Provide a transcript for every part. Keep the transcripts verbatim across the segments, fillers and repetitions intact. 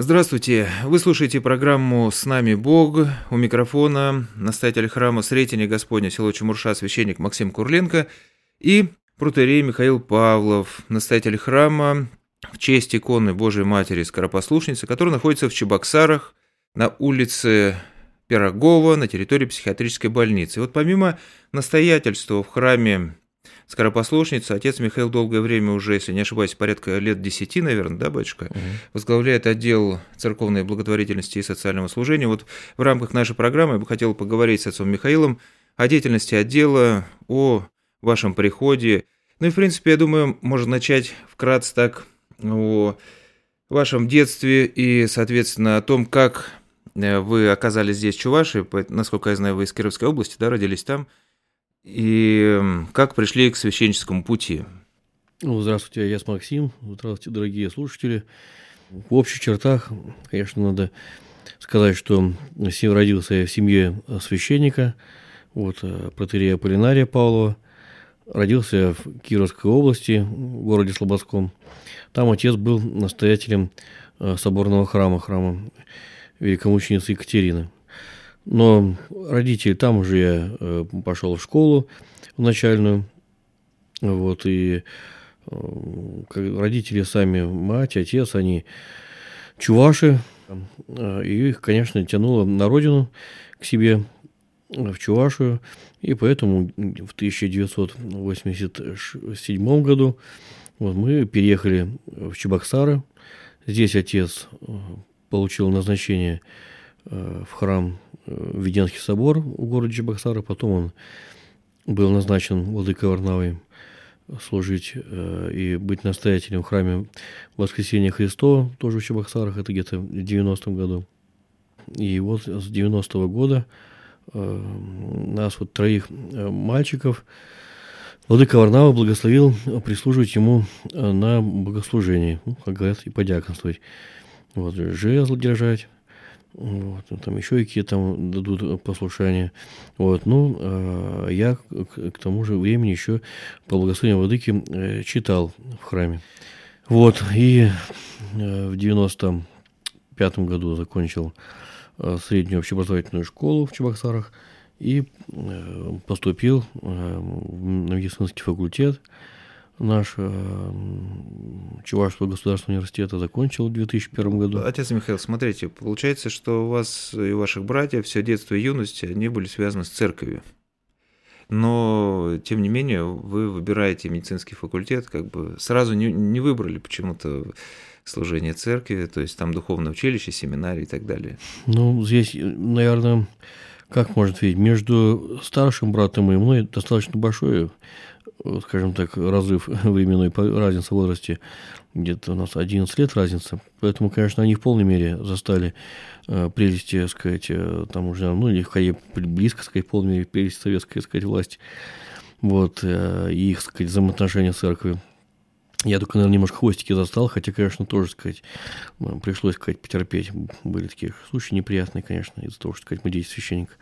Здравствуйте, вы слушаете программу «С нами Бог», у микрофона настоятель храма Сретения Господня, село Чемурша, священник Максим Курленко и протоиерей Михаил Павлов, настоятель храма в честь иконы Божией Матери Скоропослушницы, который находится в Чебоксарах на улице Пирогова на территории психиатрической больницы. И вот помимо настоятельства в храме Скоропослушницы, отец Михаил долгое время уже, если не ошибаюсь, порядка лет десяти, наверное, да, батюшка, угу. возглавляет отдел церковной благотворительности и социального служения. Вот в рамках нашей программы я бы хотел поговорить с отцом Михаилом о деятельности отдела, о вашем приходе. Ну и, в принципе, я думаю, можно начать вкратце так о вашем детстве и, соответственно, о том, как вы оказались здесь, в Чувашии. Насколько я знаю, вы из Кировской области, да, родились там. И как пришли к священническому пути? Ну, здравствуйте, я Максим. Здравствуйте, дорогие слушатели. В общих чертах, конечно, надо сказать, что родился я в семье священника, вот, протоиерея Аполлинария Павлова. Родился я в Кировской области, в городе Слободском. Там отец был настоятелем соборного храма, храма великомученицы Екатерины. Но родители, там уже я э, пошел в школу в начальную, вот, и э, родители сами, мать, отец, они чуваши, э, и их, конечно, тянуло на родину к себе, в Чувашию, и поэтому в тысяча девятьсот восемьдесят седьмом году вот, мы переехали в Чебоксары. Здесь отец получил назначение в храм Введенский собор в городе Чебоксары, потом он был назначен владыкой Варнавой служить э, и быть настоятелем в храме Воскресения Христова, тоже в Чебоксарах, это где-то в девяностом году. И вот с девяностого года э, нас вот троих э, мальчиков владыка Варнава благословил прислуживать ему на богослужении, ну, как говорят, и подиаконствовать. Вот, жезл держать. Вот, там еще какие там дадут послушания. Вот, ну, э, я к, к тому же времени еще по благословению владыки э, читал в храме. Вот, и э, в девяносто пятом году закончил э, среднюю общеобразовательную школу в Чебоксарах и э, поступил э, на медицинский факультет. Наш э, Чувашского государственного университета закончил в две тысячи первом году. Отец Михаил, смотрите, получается, что у вас и у ваших братьев все детство и юность, они были связаны с церковью. Но, тем не менее, вы выбираете медицинский факультет, как бы сразу не, не выбрали почему-то служение церкви, то есть там духовное училище, семинарий и так далее. Ну, здесь, наверное, как можно видеть, между старшим братом и мной достаточно большое, скажем так, разрыв временной, разница в возрасте, где-то у нас одиннадцать лет разница, поэтому, конечно, они в полной мере застали э, прелести, так сказать, э, там уже, ну, или близко, так сказать, в полной мере прелести советской, так сказать, власти, вот, э, и их, так сказать, взаимоотношения с церковью. Я только, наверное, немножко хвостики застал, хотя, конечно, тоже, так сказать, пришлось, так сказать, потерпеть. Были такие случаи неприятные, конечно, из-за того, что, так сказать, мы дети священника.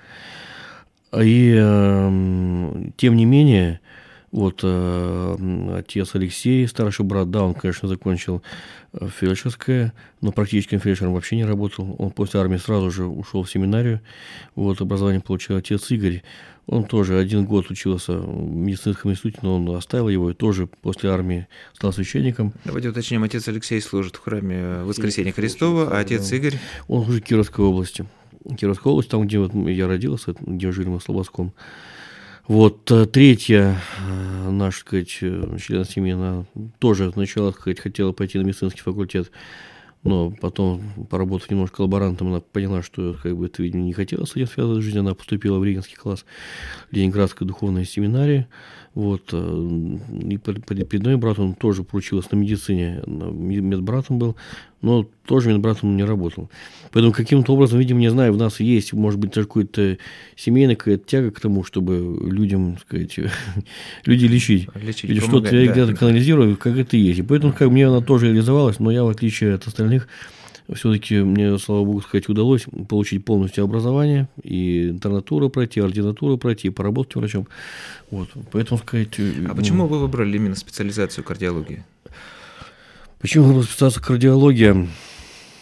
И, э, тем не менее, вот э, отец Алексей, старший брат, да, он, конечно, закончил фельдшерское, но практически фельдшером вообще не работал. Он после армии сразу же ушел в семинарию. Вот, образование получил отец Игорь. Он тоже один год учился в медицинском институте, но он оставил его и тоже после армии стал священником. Давайте уточним, отец Алексей служит в храме Воскресения Христова, а отец да. Игорь? Он служит в Кировской области. Кировская область, там, где вот я родился, где жили мы в Слободском. Вот третья наша, сказать, член семьи, она тоже сначала, сказать, хотела пойти на медицинский факультет, но потом, поработав немножко лаборантом, она поняла, что, как бы, это, видимо, не хотела с этим связывать жизнь, она поступила в регенский класс Ленинградской духовной семинарии. Вот, и передной брат, он тоже поручился на медицине, медбратом был, но тоже медбратом не работал. Поэтому каким-то образом, видимо, не знаю, в нас есть, может быть, даже какая-то семейная какая-то тяга к тому, чтобы людям, сказать, люди лечить. Лечить или что-то да, где-то да. канализировать, как это есть. И поэтому, как мне она тоже реализовалась, но я, в отличие от остальных, все-таки мне, слава богу, сказать, удалось получить полностью образование, и интернатуру пройти, и ординатуру пройти, и поработать врачом. Вот. Поэтому, сказать... А почему вы выбрали именно специализацию кардиологии? Почему выбрал специализацию кардиология?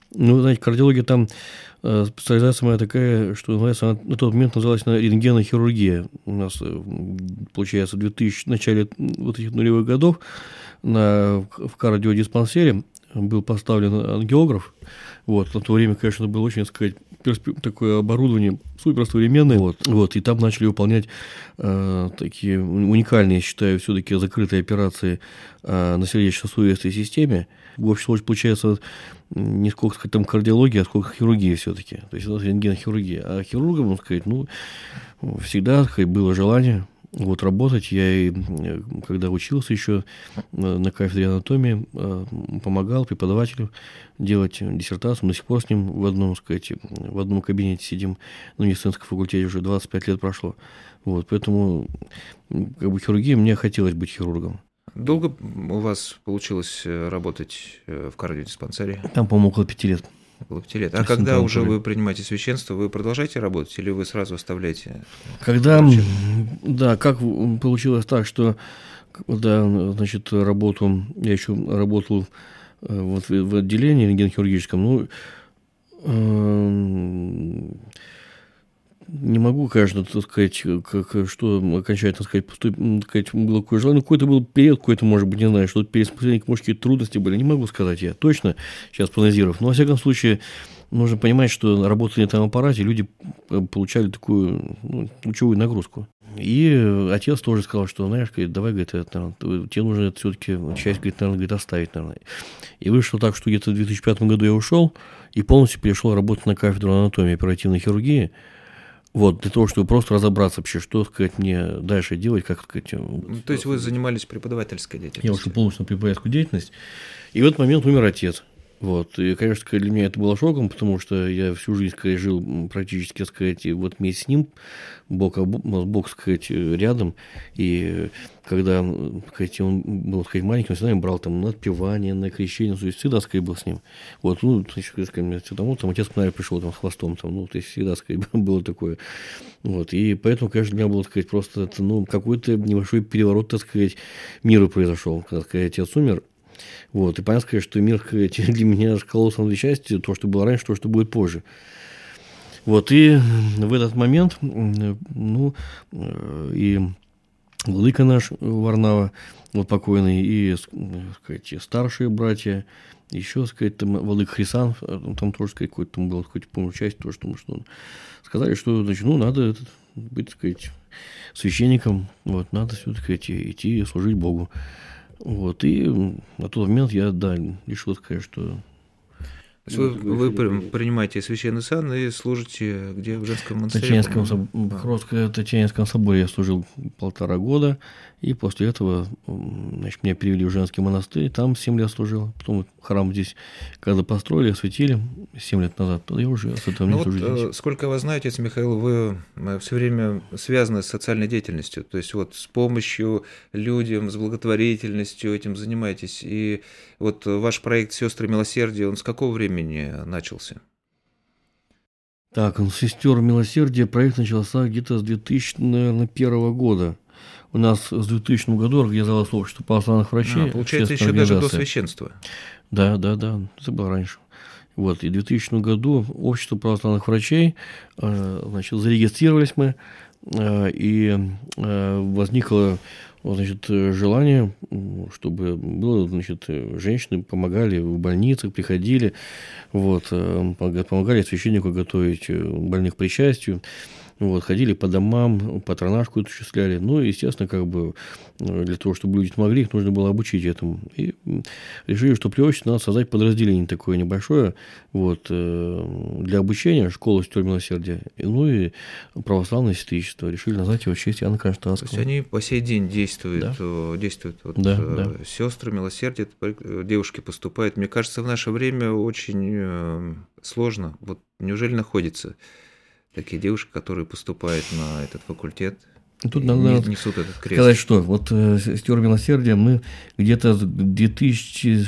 Ну, знаете, кардиология там, э, специализация моя такая, что называется, она на тот момент называлась она рентгенохирургия. У нас, э, получается, в две тысячи, в начале вот этих нулевых годов на, в кардиодиспансере был поставлен ангиограф. Вот, на то время, конечно, было очень, так сказать, персп... такое оборудование суперсовременное. Вот, вот, и там начали выполнять э, такие уникальные, считаю, все-таки закрытые операции э, на сердечно-сосудистой системе. В общем случае, получается, не сколько сказать, там кардиология, а сколько хирургия все-таки. То есть, это рентгенохирургия. А хирургам, можно сказать, ну, всегда, так сказать, было желание вот, работать. Я и когда учился еще на кафедре анатомии, помогал преподавателю делать диссертацию. До сих пор с ним в одном, сказать, в одном кабинете сидим на медицинском факультете, уже двадцать пять лет прошло. Вот, поэтому как бы хирургия, мне хотелось быть хирургом. Долго у вас получилось работать в кардиодиспансере? Там, по-моему, около пяти лет. Около пяти лет. А когда уже вы принимаете священство, вы продолжаете работать или вы сразу оставляете? Когда, да, как получилось так, что да, значит, работу, я еще работал вот в отделении рентгенохирургическом, ну, не могу, конечно, так сказать, как, что окончательно сказать, поступить, сказать, было какое желание, какой-то был период, какой-то, может быть, не знаю, что-то перераспределение, может, какие-то трудности были, не могу сказать я точно, сейчас проанализировав, но, во всяком случае, нужно понимать, что работая на этом аппарате, люди получали такую, ну, лучевую нагрузку. И отец тоже сказал, что, знаешь, говорит, давай, говорит, это, тебе нужно это все-таки часть, говорит, наверное, говорит, оставить, наверное. И вышло так, что где-то в две тысячи пятом году я ушел и полностью перешел работать на кафедру анатомии и оперативной хирургии. Вот, для того, чтобы просто разобраться вообще, что, сказать, мне дальше делать, как сказать. То есть вы занимались преподавательской деятельностью? Я ушел полностью на преподавательскую деятельность. И в этот момент умер отец. Вот. И, конечно, для меня это было шоком, потому что я всю жизнь, сказать, жил практически, так сказать, вот вместе с ним, бок о бок, сказать, рядом. И когда, сказать, он был, сказать, маленьким, всегда брал там на отпевание, на крещение, то есть всегда, сказать, был с ним. Вот, ну, сказать, тому, там отец, наверное, пришел там с хвостом, там, ну, то есть всегда, сказать, было такое. Вот. И поэтому, конечно, для меня было, сказать, просто это, ну, какой-то небольшой переворот, так сказать, миру произошел, когда, сказать, отец умер. Вот, и понятно, сказать, что мир для меня раскололся на две части, то, что было раньше, то, что будет позже. Вот, и в этот момент, ну, и владыка наш Варнава, вот покойный, и, сказать, старшие братья, еще, сказать, там владыка Хрисан, там тоже, сказать, какой-то там был, хоть, по-моему, часть тоже, потому что он сказали, что, значит, ну, надо этот, быть, сказать, священником, вот, надо все-таки идти, идти служить Богу. Вот, и на тот момент я, да, решил сказать, что... То есть вы, вы принимаете священный сан и служите где? В женском монастыре? В Татьянинском соборе я служил полтора года, и после этого, значит, меня перевели в женский монастырь, там семь лет служил. Потом храм здесь, когда построили, осветили семь лет назад, тогда я уже с этого не ну служил. Вот, сколько вас знаете, отец Михаил, вы все время связаны с социальной деятельностью, то есть вот с помощью людям, с благотворительностью этим занимаетесь. И вот ваш проект «Сестры милосердия», он с какого времени начался? Так, «Сестер милосердия» проект начался где-то с две тысячи первого года. У нас в двухтысячном году организовалось общество православных врачей. А, получается, еще даже до священства. Да, да, да, это было раньше. Вот, и в двухтысячном году общество православных врачей, значит, зарегистрировались мы, и возникло, значит, желание, чтобы было, значит, женщины помогали в больницах, приходили, вот, помогали священнику готовить больных к причастию. Вот, ходили по домам, патронажку осуществляли. Ну, естественно, как бы для того, чтобы люди смогли, их нужно было обучить этому. И решили, что при обществе надо создать подразделение такое небольшое вот, для обучения, школы сестер милосердия, ну и православное сестричество. Решили назвать его в честь Иоанна Кронштадтского. То есть они по сей день действуют, да? действуют вот, да, да. Сестры милосердия, девушки поступают. Мне кажется, в наше время очень сложно. Вот неужели находится такие девушки, которые поступают на этот факультет, тут и надо несут этот крест? Сказать, что вот «Сестер милосердия» мы где-то с две тысячи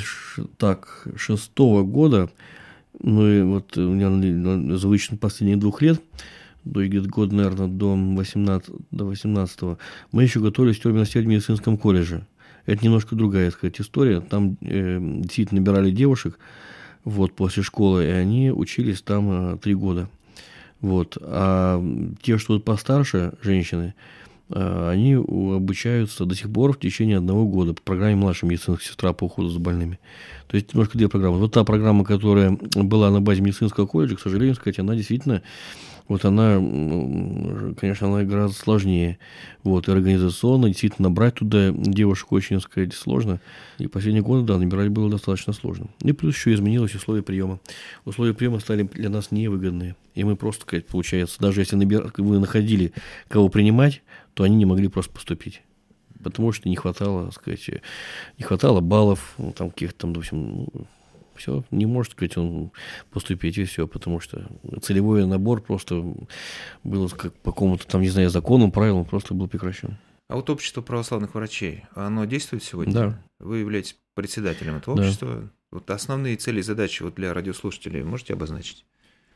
шестого года, ну и вот у меня завышено последних двух лет, до где-то года, наверное, до восемнадцатого, мы еще готовили «Сестер милосердия» в медицинском колледже. Это немножко другая, так сказать, история. Там э, действительно набирали девушек, вот, после школы, и они учились там три года. Вот. А те, что постарше, женщины, они обучаются до сих пор в течение одного года по программе «Младшая медицинская сестра по уходу за больными». То есть, немножко две программы. Вот та программа, которая была на базе медицинского колледжа, к сожалению, сказать, она действительно, вот она, конечно, она гораздо сложнее. Вот, и организационно, действительно, набрать туда девушек очень, так сказать, сложно. И последние годы, да, набирать было достаточно сложно. И плюс еще изменилось условия приема. Условия приема стали для нас невыгодные. И мы просто, сказать, получается, даже если набир... вы находили, кого принимать, то они не могли просто поступить. Потому что не хватало, так сказать, не хватало баллов, ну, там каких-то там, в общем, ну, все, не может, сказать, он поступить, и все, потому что целевой набор просто был как по какому-то там, не знаю, законам, правилам, просто был прекращен. А вот общество православных врачей, оно действует сегодня? Да. Вы являетесь председателем этого Да. общества. Вот основные цели и задачи вот для радиослушателей можете обозначить?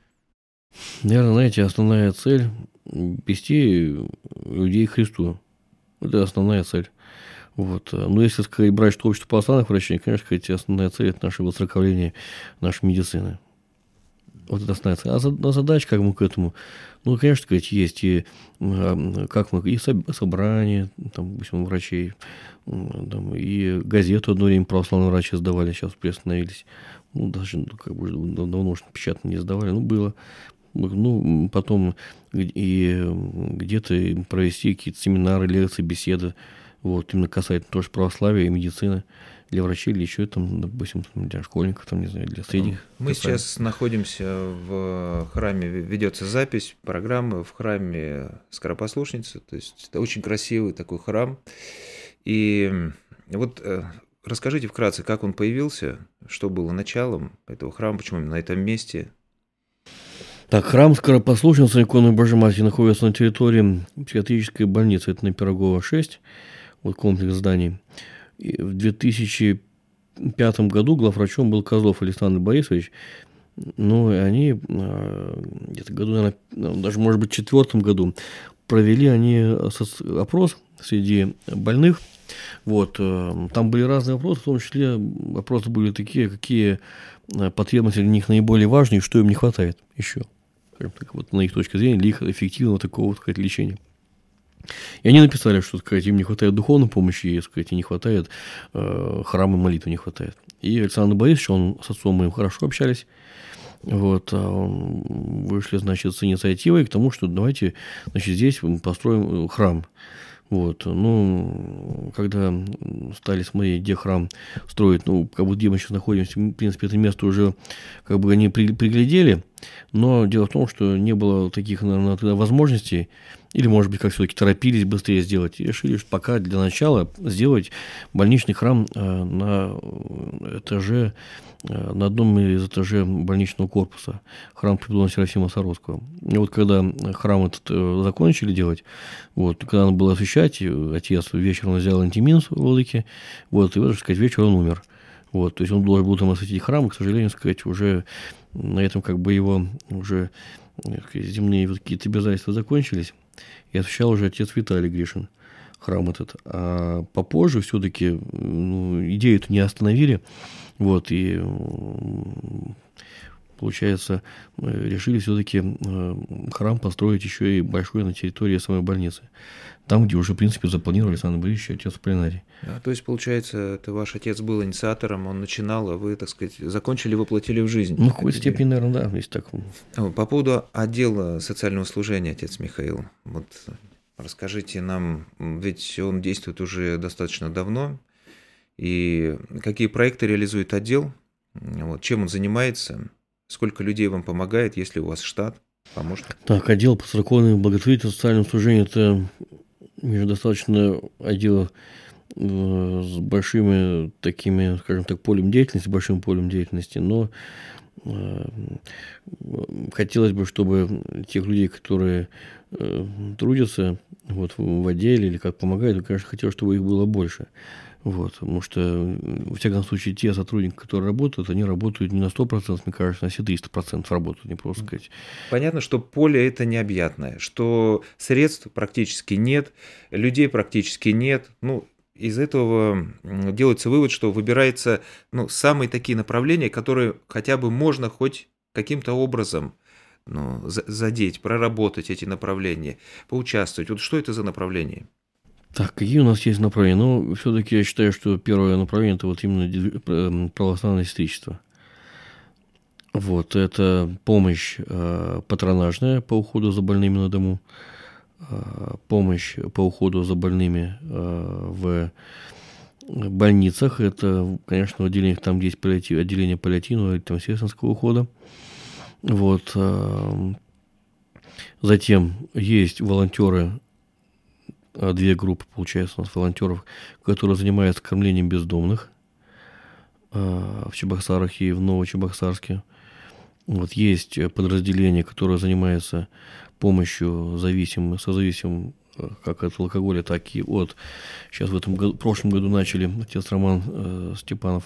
Наверное, знаете, основная цель – вести людей к Христу. Это основная цель. Вот. Но если сказать, брать что общество православных врачей, конечно, сказать, основная цель – это наше воцерковление нашей медицины. Вот это основная цель. А задача, как мы к этому? Ну, конечно, сказать, есть и, как мы, и собрания, там, допустим, врачей, там, и газету одно время православные врачи сдавали, сейчас приостановились. Ну, даже как бы давно уж печатно не сдавали, ну, было. Ну, потом и где-то провести какие-то семинары, лекции, беседы, вот, именно касательно тоже православия и медицины для врачей, или еще там, допустим, для школьников, там, не знаю, для средних. Мы сейчас находимся в храме, ведется запись программы в храме Скоропослушницы, то есть это очень красивый такой храм. И вот расскажите вкратце, как он появился, что было началом этого храма, почему именно на этом месте. Так, храм Скоропослушницы иконы Божьей Матери находится на территории психиатрической больницы, это на Пирогова шесть, вот комплекс зданий. И в две тысячи пятом году главврачом был Козлов Александр Борисович. Ну, и они где-то году, наверное, даже, может быть, в четвертом году провели они опрос среди больных. Вот, там были разные вопросы, в том числе вопросы были такие, какие потребности для них наиболее важны и что им не хватает еще. Так, вот, на их точке зрения, для их эффективного такого, так сказать, лечения. И они написали, что, так сказать, им не хватает духовной помощи, и, так сказать, и не хватает э, храма, молитвы не хватает. И Александр Борисович, он с отцом моим хорошо общались, вот, вышли, значит, с инициативой к тому, что давайте, значит, здесь построим храм. Вот, ну, когда стали смотреть, где храм строить, ну, как бы где мы сейчас находимся, в принципе, это место уже, как бы, они приглядели, но дело в том, что не было таких, наверное, тогда возможностей, или, может быть, как все-таки торопились быстрее сделать, и решили, что пока для начала сделать больничный храм на этаже, на одном из этажей больничного корпуса, храм преподобного Серафима Саровского. И вот когда храм этот закончили делать, вот, когда надо было освещать, отец вечером взял антимин в владыке, вот, и, так сказать, вечером он умер. Вот, то есть он должен был там осветить храм, и, к сожалению, сказать, уже на этом как бы его уже сказать, земные вот какие-то обязательства закончились, и освещал уже отец Виталий Гришин храм этот. А попозже все-таки ну, идею эту не остановили, вот, и получается, решили все-таки храм построить еще и большой на территории самой больницы. Там, где уже, в принципе, запланировали Александр Борисович, отец в пленарии. А, то есть, получается, это ваш отец был инициатором, он начинал, а вы, так сказать, закончили, воплотили в жизнь. Ну, в какой-то степени, наверное, да, есть так. По поводу отдела социального служения, отец Михаил, вот расскажите нам, ведь он действует уже достаточно давно, и какие проекты реализует отдел, вот, чем он занимается, сколько людей вам помогает, если у вас штат, помощник? Так, отдел по церковному благотворительству, социальному служению – это достаточно отдел с большими такими, скажем так, полем деятельности, большим полем деятельности, но хотелось бы, чтобы тех людей, которые трудятся вот, в отделе или как помогают, конечно, хотелось, чтобы их было больше. Вот, потому что, во всяком случае, те сотрудники, которые работают, они работают не на сто процентов, мне кажется, на все триста процентов работают, не просто сказать. Понятно, что поле это необъятное, что средств практически нет, людей практически нет, ну, из этого делается вывод, что выбирается, ну, самые такие направления, которые хотя бы можно хоть каким-то образом, ну, задеть, проработать эти направления, поучаствовать. Вот что это за направление? Так, какие у нас есть направления? Ну, все-таки я считаю, что первое направление – это вот именно православное сестричество. Вот, это помощь э, патронажная по уходу за больными на дому, э, помощь по уходу за больными э, в больницах. Это, конечно, в отделениях, там, где есть паллиатив, отделение паллиативного или там сестринского ухода. Вот, э, затем есть волонтеры, две группы, получается, у нас волонтеров, которые занимаются кормлением бездомных э, в Чебоксарах и в Новочебоксарске. Вот есть подразделение, которое занимается помощью зависимым, созависимым как от алкоголя, так и от... Сейчас в этом году, в прошлом году начали отец Роман э, Степанов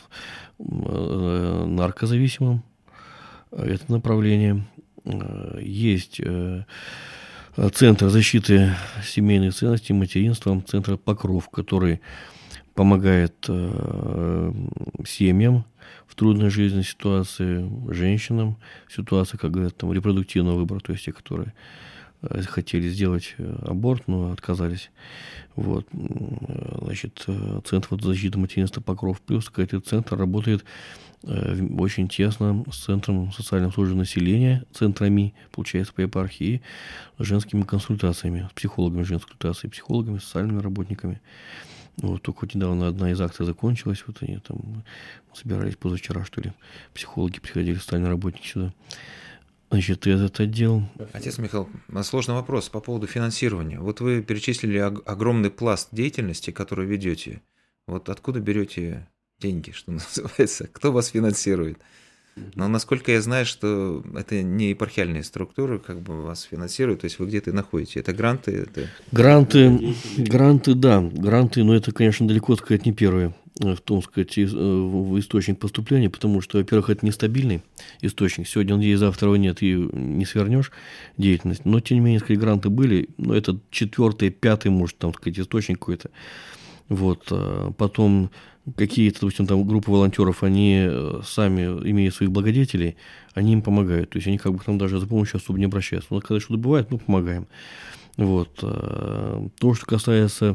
э, наркозависимым. Это направление. Э, есть э, Центр защиты семейных ценностей, материнства, Центр Покров, который помогает э, семьям в трудной жизненной ситуации, женщинам в ситуации, как говорят, там, репродуктивного выбора, то есть те, которые э, хотели сделать аборт, но отказались. Вот. Значит, Центр защиты материнства Покров плюс, этот центр работает э, очень тесно с Центром социальной службы населения, центрами, получается, по епархии, и женскими консультациями, с психологами женской консультации, психологами, социальными работниками. Вот, только вот недавно одна из акций закончилась, вот они там собирались позавчера, что ли, психологи приходили, социальные работники сюда. Значит, этот отдел... Отец Михаил, сложный вопрос по поводу финансирования. Вот вы перечислили огромный пласт деятельности, который ведете. Вот откуда берете деньги, что называется? Кто вас финансирует? Но насколько я знаю, что это не епархиальные структуры, как бы вас финансируют, то есть вы где-то находите. Это гранты? Это... Гранты, гранты, да, гранты, но это, конечно, далеко сказать не первое в том, сказать, в источник поступления, потому что, во-первых, это нестабильный источник. Сегодня он есть, завтра его нет, и не свернешь деятельность. Но, тем не менее, сказать, гранты были, но это четвертый, пятый, может, там, сказать, источник какой-то. Вот, потом какие-то, допустим, там группы волонтеров, они сами, имея своих благодетелей, они им помогают. То есть они как бы там даже за помощью особо не обращаются. Но когда что-то бывает, мы помогаем. Вот. То, что касается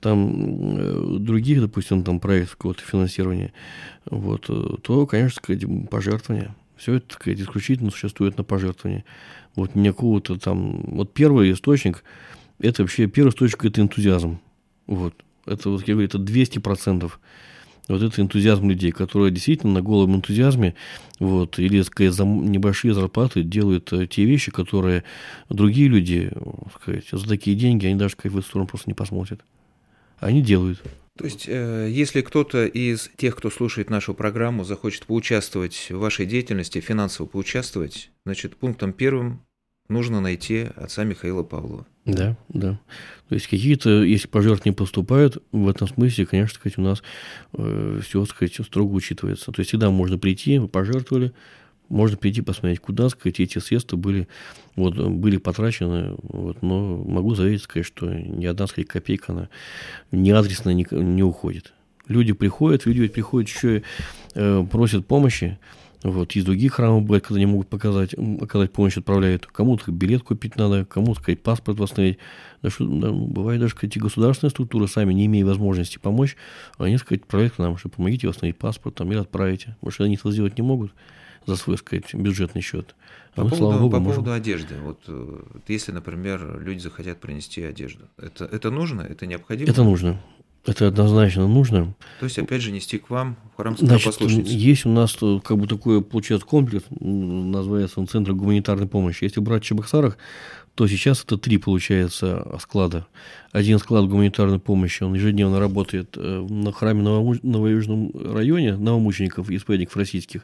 там других, допустим, там проектов какого-то финансирования, вот, то, конечно, сказать, пожертвования. Все это, так сказать, исключительно существует на пожертвовании. Вот никакого-то там... Вот первый источник, это вообще первый источник – это энтузиазм. Вот. Это, вот, я говорю, это двести процентов. Вот это энтузиазм людей, которые действительно на голом энтузиазме, вот, или, сказать, за небольшие зарплаты делают те вещи, которые другие люди, сказать, за такие деньги, они даже, сказать, в эту сторону просто не посмотрят. Они делают. То есть, если кто-то из тех, кто слушает нашу программу, захочет поучаствовать в вашей деятельности, финансово поучаствовать, значит, пунктом первым нужно найти отца Михаила Павлова. Да, да. То есть какие-то, если пожертвования поступают, в этом смысле, конечно, сказать, у нас э, все, сказать, строго учитывается. То есть всегда можно прийти, вы пожертвовали, можно прийти посмотреть, куда, сказать, эти средства были, вот, были потрачены. Вот, но могу заверить, сказать, что ни одна, сказать, копейка, она не адресно не, не уходит. Люди приходят, люди приходят еще и э, просят помощи. Вот, из других храмов бывает, когда не могут показать, оказать помощь, отправляют. Кому-то билет купить надо, кому-то, сказать, паспорт восстановить. Да, что, да, бывает даже, сказать, и государственные структуры сами, не имея возможности помочь, они, сказать, отправляют к нам, что помогите восстановить паспорт там, или отправите. Потому что они это сделать не могут за свой, сказать, бюджетный счет. А по мы, поводу, слава богу, по можем. поводу одежды. Вот, если, например, люди захотят принести одежду, это, это нужно, это необходимо? Это нужно. Это однозначно нужно. То есть, опять же, нести к вам в храм Святой-Послушницы. Есть у нас как бы такой, получается, комплекс, называется он Центр гуманитарной помощи. Если брать в Чебоксарах, то сейчас это три, получается, склада. Один склад гуманитарной помощи, он ежедневно работает на храме в Новоюжном районе, новомучеников, исповедников российских.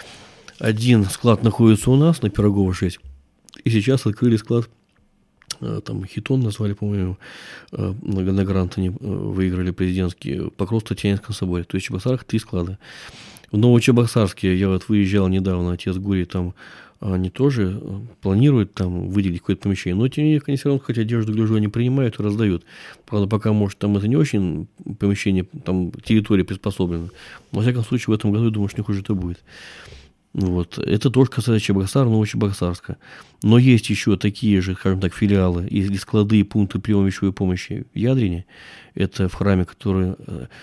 Один склад находится у нас на Пирогова шесть. И сейчас открыли склад, там Хитон назвали, по-моему, на грант они выиграли президентский, Покров-Татьянинском соборе. То есть в Чебоксарах три склада. В Новочебоксарске я вот выезжал недавно, отец Гурий там они тоже планируют там выделить какое-то помещение. Но тем не менее, они все равно, хоть одежду, гляжу, они принимают и раздают. Правда, пока, может, там это не очень помещение, там территория приспособлена. Но, во всяком случае, в этом году, я думаю, что не хуже это будет. Вот. Это тоже касается Чебоксара, Новочебоксарска. Но есть еще такие же, скажем так, филиалы или склады и пункты приема вещевой помощи в Ядрине. Это в храме, который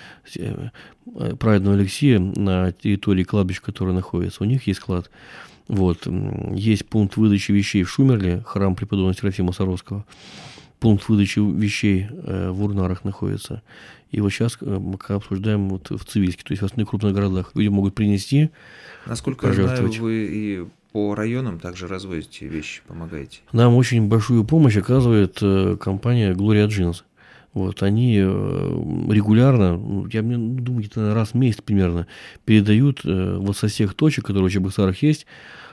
праведного Алексея на территории кладбища, который находится. У них есть склад. Вот. Есть пункт выдачи вещей в Шумерле, храм преподобного Серафима Саровского. Пункт выдачи вещей в Урнарах находится. И вот сейчас мы обсуждаем вот в Цивильске, то есть в основных крупных городах. Люди могут принести. Насколько я знаю, вы и по районам также развозите вещи, помогаете. Нам очень большую помощь оказывает компания Gloria Jeans. Вот, они регулярно, я думаю, где-то раз в месяц примерно, передают вот со всех точек, которые в Чебоксарах есть,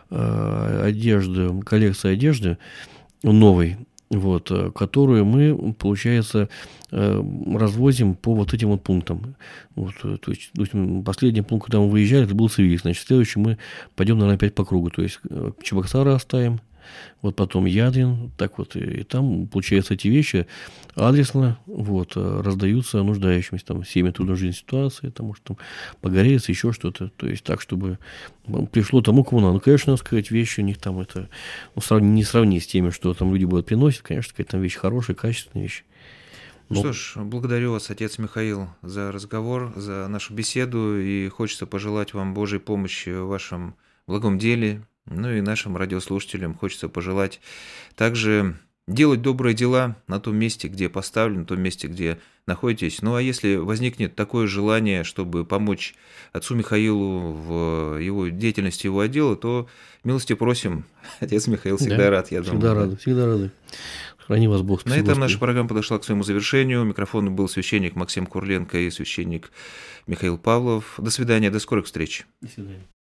одежды, коллекция одежды новой, вот, которую мы, получается, развозим по вот этим вот пунктам. Вот, то есть, последний пункт, куда мы выезжали, это был Цивильск. Значит, следующий мы пойдем, наверное, опять по кругу. То есть, Чебоксары оставим, вот потом Ядрин, так вот, и, и там, получается, эти вещи адресно вот, раздаются нуждающимся, там, семьи трудной ситуации, там, может, там, погорелся, еще что-то, то есть, так, чтобы пришло тому, кому надо. Ну, конечно, надо сказать, вещи у них там, это, ну, не сравнить с теми, что там люди будут приносить, конечно, сказать, там вещи хорошие, качественные вещи. Ну что ж, благодарю вас, отец Михаил, за разговор, за нашу беседу, и хочется пожелать вам Божьей помощи в вашем благом деле. Ну и нашим радиослушателям хочется пожелать также делать добрые дела на том месте, где поставлен, на том месте, где находитесь. Ну а если возникнет такое желание, чтобы помочь отцу Михаилу в его деятельности, его отдела, то милости просим. Отец Михаил всегда да, рад, я всегда думаю. Рады, да. Всегда рады. Храни вас Бог. На этом Господи. Наша программа подошла к своему завершению. У микрофона был священник Максим Курленко и священник Михаил Павлов. До свидания, до скорых встреч. До свидания.